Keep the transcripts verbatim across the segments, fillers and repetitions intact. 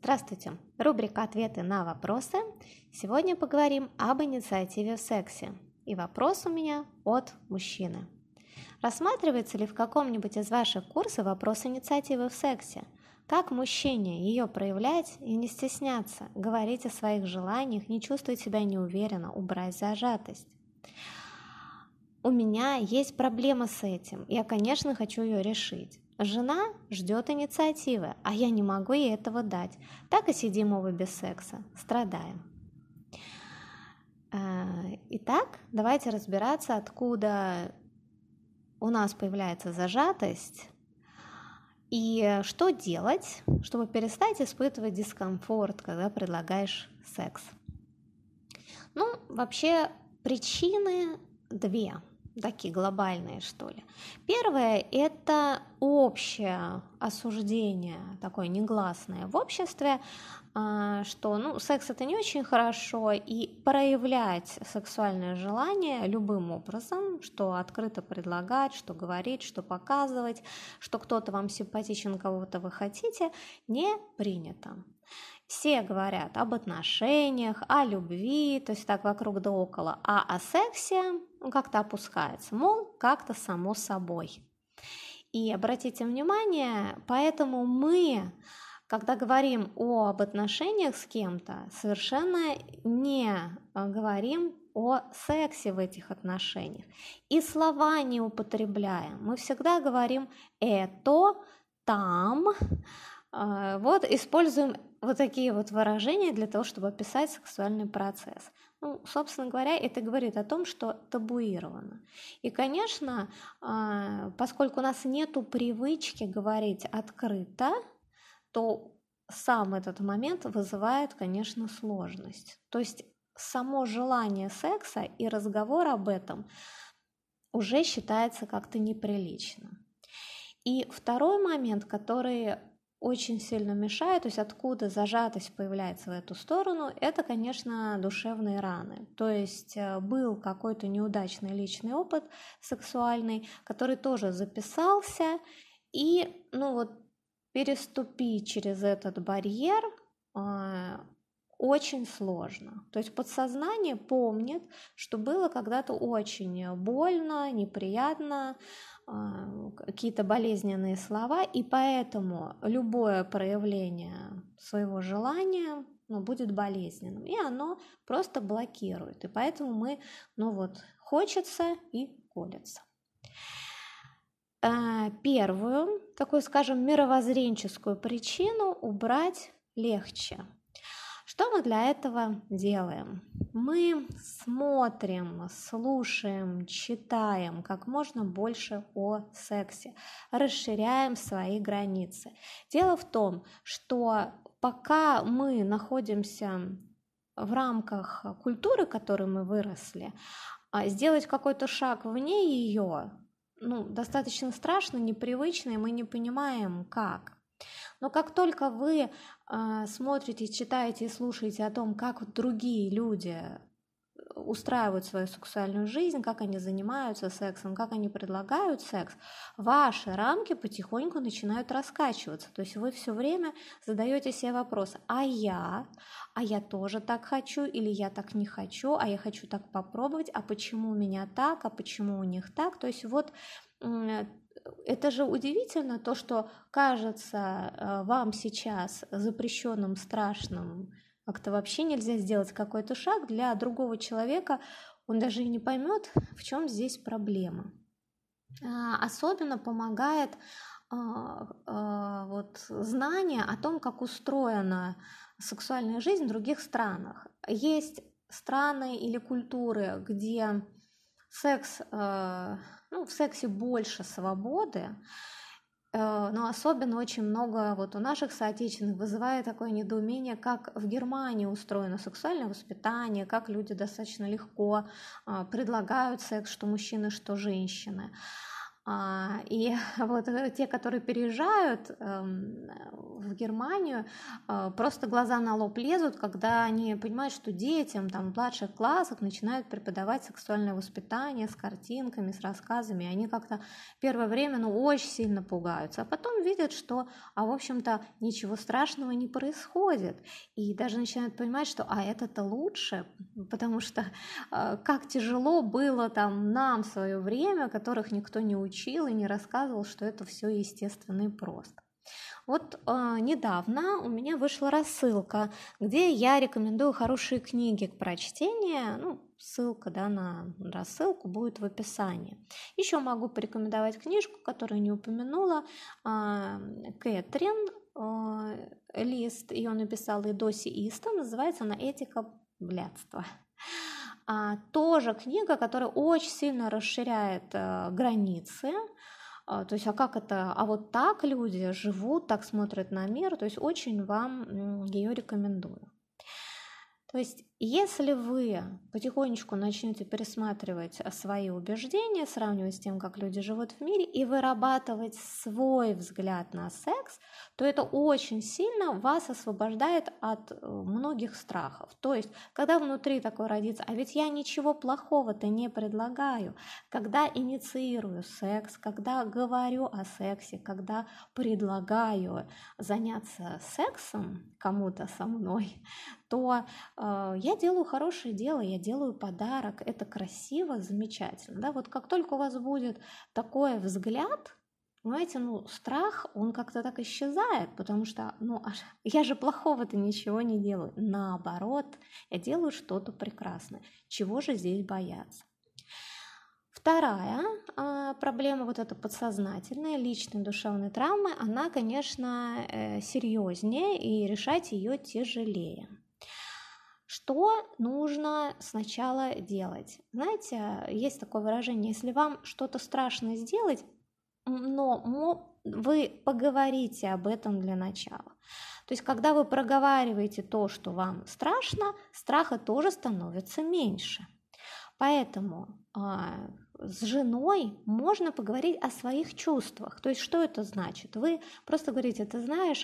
Здравствуйте! Рубрика «Ответы на вопросы». Сегодня поговорим об инициативе в сексе. И вопрос у меня от мужчины. Рассматривается ли в каком-нибудь из ваших курсов вопрос инициативы в сексе? Как мужчине ее проявлять и не стесняться, говорить о своих желаниях, не чувствовать себя неуверенно, убрать зажатость? У меня есть проблема с этим, я, конечно, хочу ее решить. Жена ждет инициативы, а я не могу ей этого дать. Так и сидим оба без секса, страдаем. Итак, давайте разбираться, откуда у нас появляется зажатость и что делать, чтобы перестать испытывать дискомфорт, когда предлагаешь секс. Ну, вообще причины две. Такие глобальные, что ли. Первое – это общее осуждение, такое негласное в обществе, что ну, секс – это не очень хорошо, и проявлять сексуальное желание любым образом, что открыто предлагать, что говорить, что показывать, что кто-то вам симпатичен, кого-то вы хотите, не принято. Все говорят об отношениях, о любви, то есть так вокруг да около, а о сексе как-то опускается, мол, как-то само собой. И обратите внимание, поэтому мы, когда говорим об отношениях с кем-то, совершенно не говорим о сексе в этих отношениях. И слова не употребляем. Мы всегда говорим «это», «там». Вот используем вот такие вот выражения для того, чтобы описать сексуальный процесс. Ну, собственно говоря, это говорит о том, что табуировано. И, конечно, поскольку у нас нету привычки говорить открыто, то сам этот момент вызывает, конечно, сложность. То есть само желание секса и разговор об этом уже считается как-то неприлично. И второй момент, который очень сильно мешает, то есть откуда зажатость появляется в эту сторону, это, конечно, душевные раны. То есть был какой-то неудачный личный опыт сексуальный, который тоже записался, и ну вот переступить через этот барьер э, очень сложно. То есть подсознание помнит, что было когда-то очень больно, неприятно, какие-то болезненные слова, и поэтому любое проявление своего желания ну, будет болезненным, и оно просто блокирует, и поэтому мы, ну вот, хочется и колется. Первую, такую, скажем, мировоззренческую причину убрать легче. Что мы для этого делаем? Мы смотрим, слушаем, читаем как можно больше о сексе, расширяем свои границы. Дело в том, что пока мы находимся в рамках культуры, в которой мы выросли, сделать какой-то шаг вне ее ну, достаточно страшно, непривычно, и мы не понимаем, как. Но как только вы э, смотрите, читаете и слушаете о том, как вот другие люди устраивают свою сексуальную жизнь, как они занимаются сексом, как они предлагают секс, ваши рамки потихоньку начинают раскачиваться. То есть вы все время задаете себе вопрос: а я? А я тоже так хочу? Или я так не хочу? А я хочу так попробовать? А почему у меня так? А почему у них так? То есть вот это же удивительно, то, что кажется вам сейчас запрещенным, страшным, как-то вообще нельзя сделать какой-то шаг, для другого человека он даже и не поймет, в чем здесь проблема. Особенно помогает вот, знание о том, как устроена сексуальная жизнь в других странах. Есть страны или культуры, где секс, ну, в сексе больше свободы, но особенно очень много вот у наших соотечественных вызывает такое недоумение, как в Германии устроено сексуальное воспитание, как люди достаточно легко предлагают секс, что мужчины, что женщины. И вот те, которые переезжают в Германию, просто глаза на лоб лезут, когда они понимают, что детям там, в младших классах начинают преподавать сексуальное воспитание с картинками, с рассказами. Они как-то первое время ну, очень сильно пугаются, а потом видят, что, а в общем-то, ничего страшного не происходит. И даже начинают понимать, что а это-то лучше, потому что как тяжело было там нам в свое время, которых никто не учил и не рассказывал, что это все естественно и просто. Вот э, недавно у меня вышла рассылка, где я рекомендую хорошие книги к прочтению. Ну, ссылка да, на рассылку будет в описании. Еще могу порекомендовать книжку, которую не упомянула, э, Кэтрин э, Лист, ее написала и Доси Истон, называется она «Этика блядства». А, тоже книга, которая очень сильно расширяет э, границы. То есть, а как это, а вот так люди живут, так смотрят на мир, то есть очень вам ее рекомендую. То есть, если вы потихонечку начнете пересматривать свои убеждения, сравнивать с тем, как люди живут в мире, и вырабатывать свой взгляд на секс, то это очень сильно вас освобождает от многих страхов. То есть, когда внутри такое родится, а ведь я ничего плохого-то не предлагаю, когда инициирую секс, когда говорю о сексе, когда предлагаю заняться сексом кому-то со мной, то э, я делаю хорошее дело, я делаю подарок, это красиво, замечательно. Да? Вот как только у вас будет такой взгляд, понимаете, ну, страх, он как-то так исчезает, потому что, ну, я же плохого-то ничего не делаю. Наоборот, я делаю что-то прекрасное. Чего же здесь бояться? Вторая а, проблема, вот эта подсознательная, личная душевная травма, она, конечно, э, серьезнее, и решать ее тяжелее. Что нужно сначала делать? Знаете, есть такое выражение, если вам что-то страшно сделать, но вы поговорите об этом для начала. То есть, когда вы проговариваете то, что вам страшно, страха тоже становится меньше. Поэтому а, с женой можно поговорить о своих чувствах. То есть, что это значит? Вы просто говорите, ты знаешь,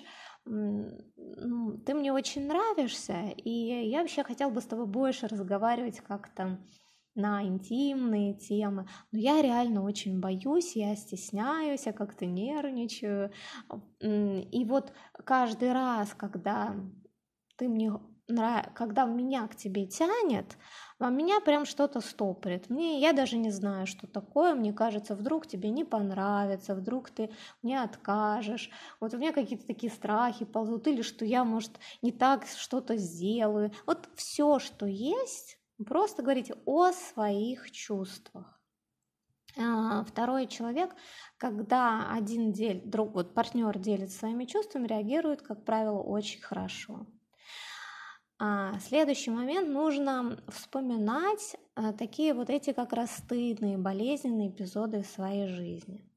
ты мне очень нравишься, и я вообще хотела бы с тобой больше разговаривать как-то на интимные темы, но я реально очень боюсь, я стесняюсь, я как-то нервничаю. И вот каждый раз, когда ты мне нрав... когда меня к тебе тянет, а меня прям что-то стопорит. Мне, я даже не знаю, что такое. Мне кажется, вдруг тебе не понравится, вдруг ты мне откажешь. Вот у меня какие-то такие страхи ползут, или что я, может, не так что-то сделаю. Вот все, что есть, просто говорите о своих чувствах. Второй человек, когда один дель, друг, вот партнер делится своими чувствами, реагирует, как правило, очень хорошо. А следующий момент, нужно вспоминать а, такие вот эти как раз стыдные, болезненные эпизоды в своей жизни.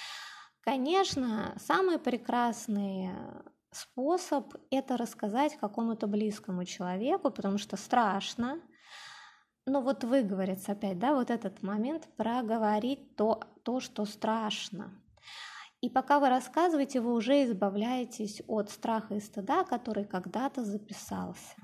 Конечно, самый прекрасный способ – это рассказать какому-то близкому человеку, потому что страшно. Но вот выговориться опять, да, вот этот момент, проговорить то, то, что страшно. И пока вы рассказываете, вы уже избавляетесь от страха и стыда, который когда-то записался.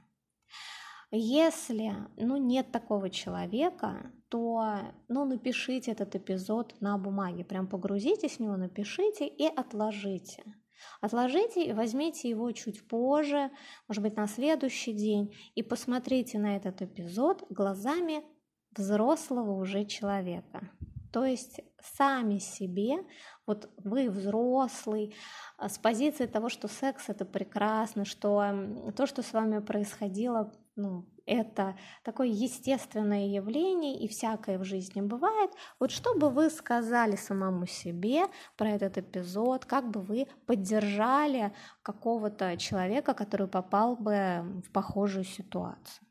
Если ну, нет такого человека, то ну, напишите этот эпизод на бумаге, прям погрузитесь в него, напишите и отложите. Отложите и возьмите его чуть позже, может быть, на следующий день, и посмотрите на этот эпизод глазами взрослого уже человека. То есть сами себе, вот вы взрослый, с позиции того, что секс – это прекрасно, что то, что с вами происходило, ну, это такое естественное явление, и всякое в жизни бывает. Вот что бы вы сказали самому себе про этот эпизод, как бы вы поддержали какого-то человека, который попал бы в похожую ситуацию?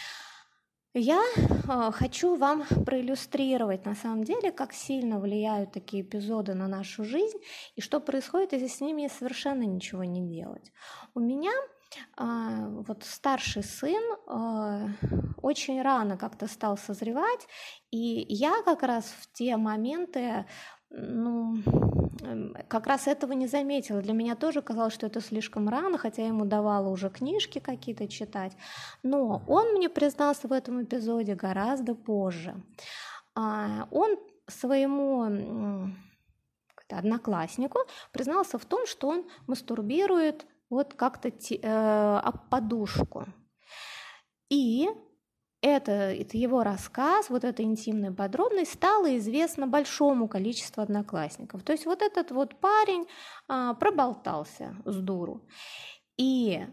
Я э, хочу вам проиллюстрировать на самом деле, как сильно влияют такие эпизоды на нашу жизнь и что происходит, если с ними совершенно ничего не делать. У меня э, вот старший сын э, очень рано как-то стал созревать, и я как раз в те моменты ну, как раз этого не заметила. Для меня тоже казалось, что это слишком рано, хотя я ему давала уже книжки какие-то читать. Но он мне признался в этом эпизоде гораздо позже. Он своему однокласснику признался в том, что он мастурбирует вот как-то э, об подушку. И это, это его рассказ, вот эта интимная подробность стала известна большому количеству одноклассников. То есть вот этот вот парень а, проболтался с дуру. И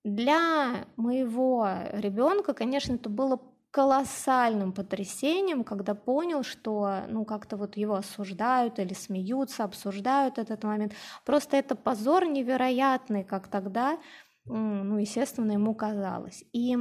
для моего ребенка, конечно, это было колоссальным потрясением, когда понял, что ну как-то вот его осуждают или смеются, обсуждают этот момент. Просто это позор невероятный, как тогда, ну, естественно, ему казалось. И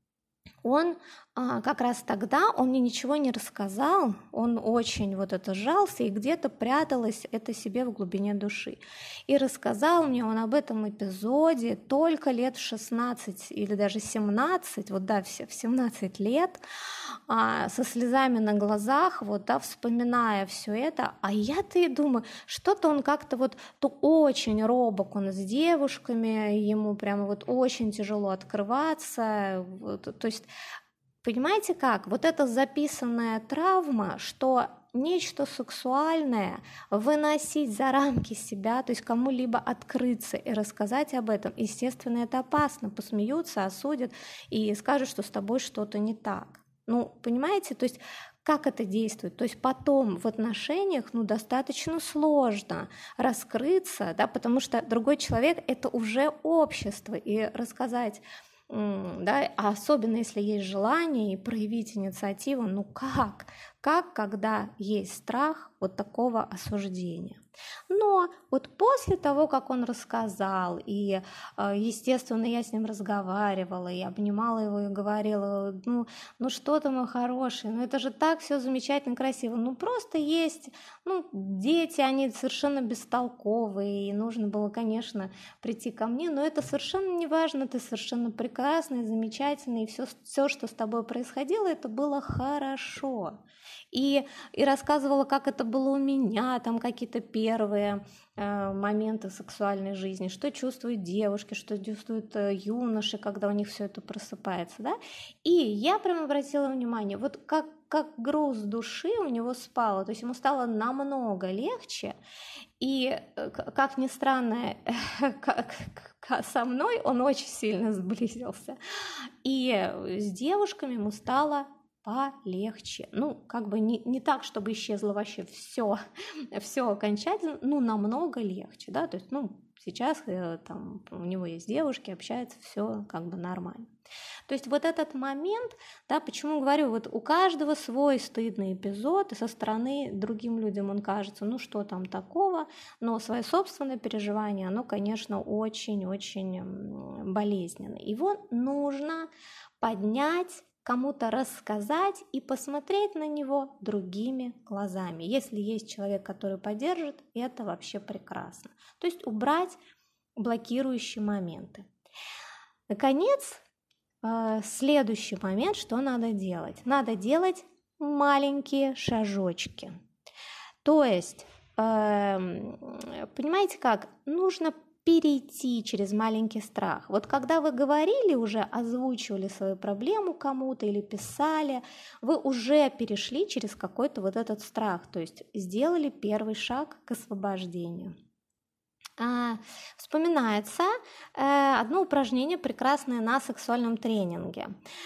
он а, как раз тогда, он мне ничего не рассказал, он очень вот это сжался, и где-то пряталось это себе в глубине души. И рассказал мне он об этом эпизоде только лет в шестнадцать или даже семнадцать, вот да, в семнадцать лет, а, со слезами на глазах, вот да, вспоминая все это, а я-то и думаю, что-то он как-то вот, то очень робок он с девушками, ему прямо вот очень тяжело открываться, вот, то есть понимаете как? Вот эта записанная травма, что нечто сексуальное выносить за рамки себя, то есть кому-либо открыться и рассказать об этом, естественно, это опасно, посмеются, осудят и скажут, что с тобой что-то не так. Ну, понимаете, то есть как это действует? То есть потом в отношениях ну, достаточно сложно раскрыться, да, потому что другой человек — это уже общество, и рассказать, да, а особенно если есть желание и проявить инициативу, ну как? Как, когда есть страх вот такого осуждения? Но вот после того, как он рассказал, и, естественно, я с ним разговаривала, и обнимала его, и говорила, ну, ну что ты, мой хороший, ну это же так все замечательно, красиво, ну просто есть, ну, дети, они совершенно бестолковые, и нужно было, конечно, прийти ко мне, но это совершенно не важно, ты совершенно прекрасный, замечательный, и все, все, что с тобой происходило, это было хорошо. И, и рассказывала, как это было у меня, там какие-то первые э, моменты сексуальной жизни, что чувствуют девушки, что чувствуют э, юноши, когда у них все это просыпается, да. И я прям обратила внимание, вот как, как груз души у него спало, то есть ему стало намного легче, и, как ни странно, со мной он очень сильно сблизился, и с девушками ему стало полегче. Ну, как бы не, не так, чтобы исчезло вообще все, все окончательно, ну, намного легче, да, то есть, ну, сейчас там у него есть девушки, общаются, все как бы нормально. То есть вот этот момент, да, почему говорю, вот у каждого свой стыдный эпизод, и со стороны другим людям он кажется, ну, что там такого, но свое собственное переживание, оно, конечно, очень-очень болезненное. Его нужно поднять, кому-то рассказать и посмотреть на него другими глазами. Если есть человек, который поддержит, это вообще прекрасно. То есть убрать блокирующие моменты. Наконец, следующий момент, что надо делать? Надо делать маленькие шажочки. То есть, понимаете как? Нужно перейти через маленький страх. Вот когда вы говорили уже, озвучивали свою проблему кому-то или писали, вы уже перешли через какой-то вот этот страх, то есть сделали первый шаг к освобождению. А, вспоминается э, одно упражнение прекрасное на сексуальном тренинге.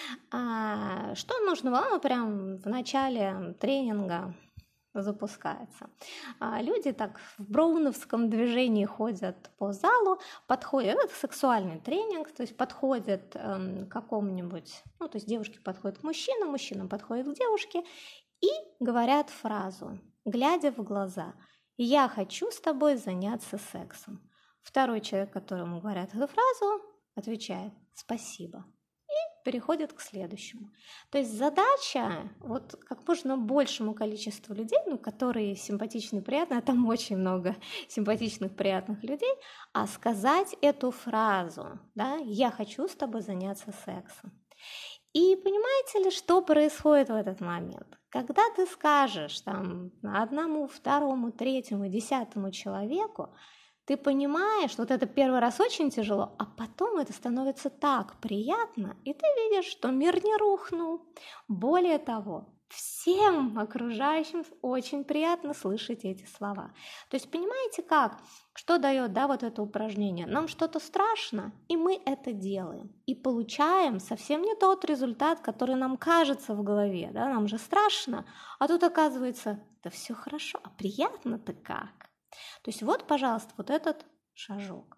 А, что нужно вам прям в начале тренинга запускается. Люди так в броуновском движении ходят по залу, подходят, это сексуальный тренинг, то есть подходят э, к какому-нибудь, ну, то есть девушки подходят к мужчинам, мужчинам подходят к девушке и говорят фразу, глядя в глаза: «Я хочу с тобой заняться сексом». Второй человек, которому говорят эту фразу, отвечает «спасибо». И переходит к следующему. То есть задача вот как можно большему количеству людей, ну, которые симпатичны и приятны, а там очень много симпатичных, приятных людей, а сказать эту фразу, да, «я хочу с тобой заняться сексом». И понимаете ли, что происходит в этот момент? Когда ты скажешь там одному, второму, третьему, десятому человеку, ты понимаешь, вот это первый раз очень тяжело, а потом это становится так приятно, и ты видишь, что мир не рухнул. Более того, всем окружающим очень приятно слышать эти слова. То есть понимаете как? Что дает, да, вот это упражнение? Нам что-то страшно, и мы это делаем. И получаем совсем не тот результат, который нам кажется в голове. Да? Нам же страшно, а тут оказывается, да все хорошо, а приятно-то как? То есть вот, пожалуйста, вот этот шажок.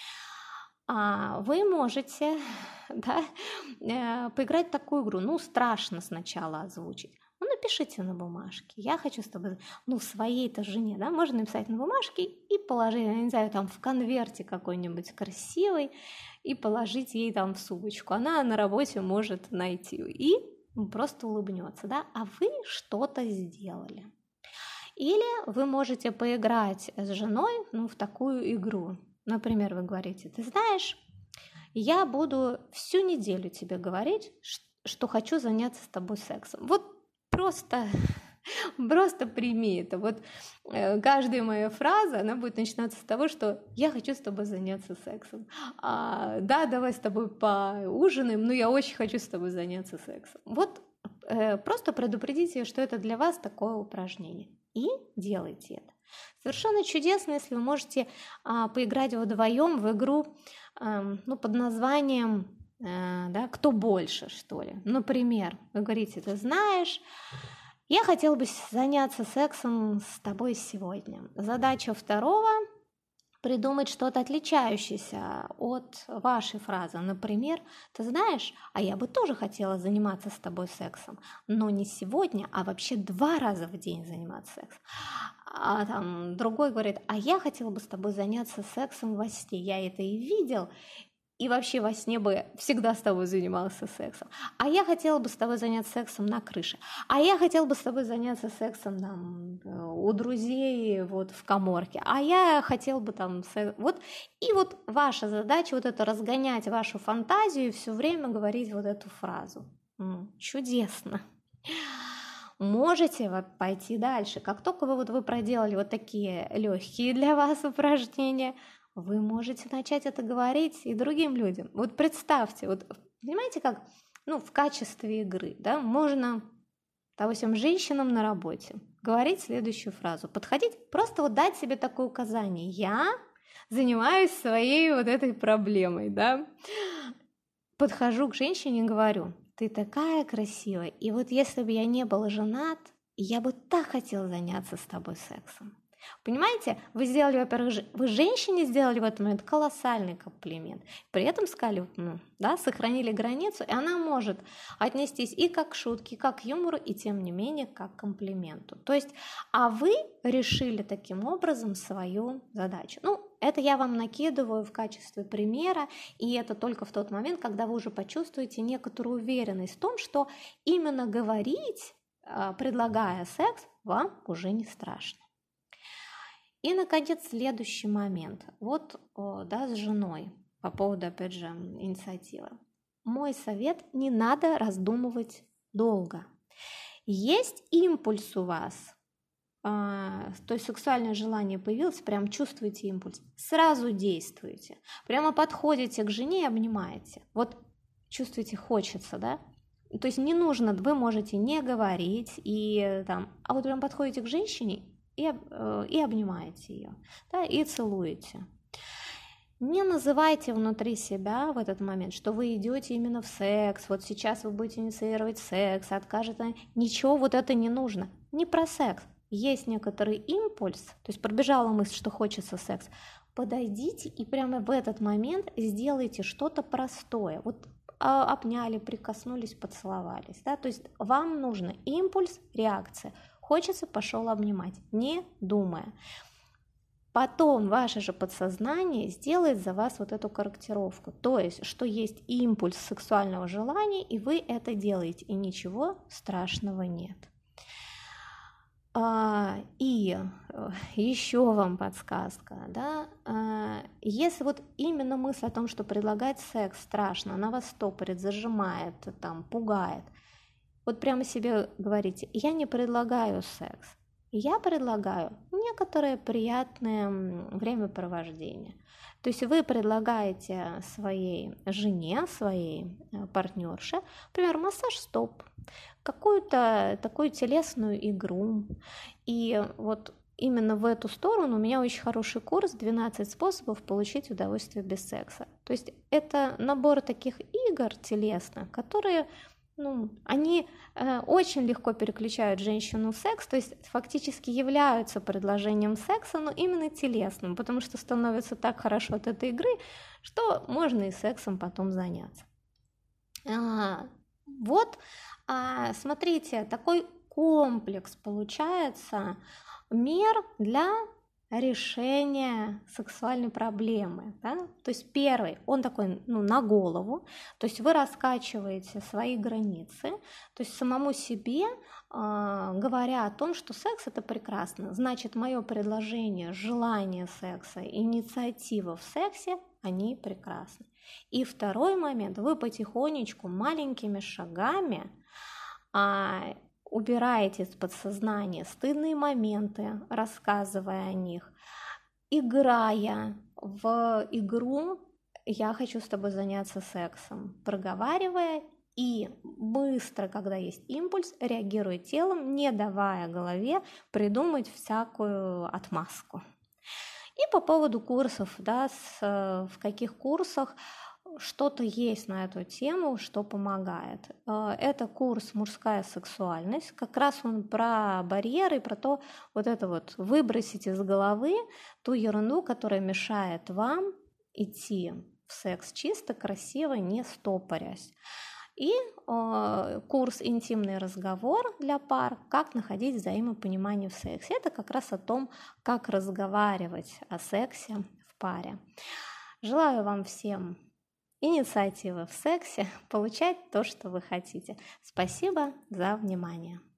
А вы можете, да, э, поиграть в такую игру. Ну, страшно сначала озвучить. Ну, напишите на бумажке. Я хочу с тобой, ну, своей-то жене, да, можно написать на бумажке и положить, я не знаю, там в конверте какой-нибудь красивый и положить ей там в сумочку. Она на работе может найти и просто улыбнется, да, а вы что-то сделали. Или вы можете поиграть с женой, ну, в такую игру. Например, вы говорите, ты знаешь, я буду всю неделю тебе говорить, что хочу заняться с тобой сексом. Вот просто, просто прими это. Вот каждая моя фраза, она будет начинаться с того, что я хочу с тобой заняться сексом. А, да, давай с тобой поужинаем, но я очень хочу с тобой заняться сексом. Вот э, просто предупредите, что это для вас такое упражнение. И делайте это. Совершенно чудесно, если вы можете а, поиграть вдвоем в игру а, ну, под названием а, да, «Кто больше?», что ли. Например, вы говорите, ты знаешь, я хотела бы заняться сексом с тобой сегодня. Задача второго – придумать что-то отличающееся от вашей фразы. Например, ты знаешь, а я бы тоже хотела заниматься с тобой сексом, но не сегодня, а вообще два раза в день заниматься сексом. А там другой говорит, а я хотела бы с тобой заняться сексом во сне. Я это и видел, и вообще во сне бы всегда с тобой занимался сексом. А я хотела бы с тобой заняться сексом на крыше. А я хотела бы с тобой заняться сексом там, у друзей вот, в каморке. А я хотела бы там... Вот. И вот ваша задача вот это разгонять вашу фантазию и все время говорить вот эту фразу. М-м, чудесно. Можете пойти дальше. Как только вы, вот, вы проделали вот такие легкие для вас упражнения, вы можете начать это говорить и другим людям. Вот представьте, вот понимаете, как ну, в качестве игры, да, можно, допустим, женщинам на работе говорить следующую фразу, подходить, просто вот дать себе такое указание. Я занимаюсь своей вот этой проблемой, да. Подхожу к женщине и говорю, ты такая красивая, и вот если бы я не был женат, я бы так хотела заняться с тобой сексом. Понимаете, вы сделали, во-первых, вы женщине сделали в этот момент колоссальный комплимент, при этом сказали, ну, да, сохранили границу, и она может отнестись и как к шутке, и как к юмору, и тем не менее как к комплименту. То есть, а вы решили таким образом свою задачу. Ну, это я вам накидываю в качестве примера, и это только в тот момент, когда вы уже почувствуете некоторую уверенность в том, что именно говорить, предлагая секс, вам уже не страшно. И, наконец, следующий момент. Вот, да, с женой по поводу, опять же, инициативы. Мой совет – не надо раздумывать долго. Есть импульс у вас, а, то есть сексуальное желание появилось, прям чувствуете импульс, сразу действуете. Прямо подходите к жене и обнимаете. Вот чувствуете, хочется, да? То есть не нужно, вы можете не говорить, и, там, а вот прям подходите к женщине и, и обнимаете ее, да, и целуете. Не называйте внутри себя в этот момент, что вы идете именно в секс, вот сейчас вы будете инициировать секс, откажет, ничего, вот это не нужно. Не про секс. Есть некоторый импульс, то есть пробежала мысль, что хочется секс. Подойдите и прямо в этот момент сделайте что-то простое. Вот обняли, прикоснулись, поцеловались. Да? То есть вам нужно импульс, реакция. Хочется, пошел обнимать, не думая. потом ваше же подсознание сделает за вас вот эту корректировку. То есть, что есть импульс сексуального желания, и вы это делаете, и ничего страшного нет. И еще вам подсказка, да, если вот именно мысль о том, что предлагать секс страшно, она вас стопорит, зажимает, там, пугает, вот прямо себе говорите: я не предлагаю секс, я предлагаю некоторое приятное времяпровождение. То есть вы предлагаете своей жене, своей партнерше, например, массаж стоп, какую-то такую телесную игру. И вот именно в эту сторону у меня очень хороший курс «двенадцать способов получить удовольствие без секса». То есть это набор таких игр телесных, которые, ну, они э, очень легко переключают женщину в секс, то есть фактически являются предложением секса, но именно телесным, потому что становится так хорошо от этой игры, что можно и сексом потом заняться. А, вот, а, смотрите, такой комплекс получается мер для решения сексуальной проблемы, да? То есть первый, он такой, ну, на голову, то есть вы раскачиваете свои границы, то есть самому себе, э, говоря о том, что секс — это прекрасно, значит, мое предложение, желание секса, инициатива в сексе, они прекрасны. И второй момент, вы потихонечку, маленькими шагами а, убираете из подсознания стыдные моменты, рассказывая о них, играя в игру «я хочу с тобой заняться сексом», проговаривая и быстро, когда есть импульс, реагируя телом, не давая голове придумать всякую отмазку. И по поводу курсов, да, с, в каких курсах что-то есть на эту тему, что помогает. Это курс «Мужская сексуальность», как раз он про барьеры, про то, вот это вот выбросить из головы ту ерунду, которая мешает вам идти в секс чисто, красиво, не стопорясь. И э, курс «Интимный разговор» для пар «Как находить взаимопонимание в сексе». Это как раз о том, как разговаривать о сексе в паре. Желаю вам всем инициативы в сексе, получать то, что вы хотите. Спасибо за внимание.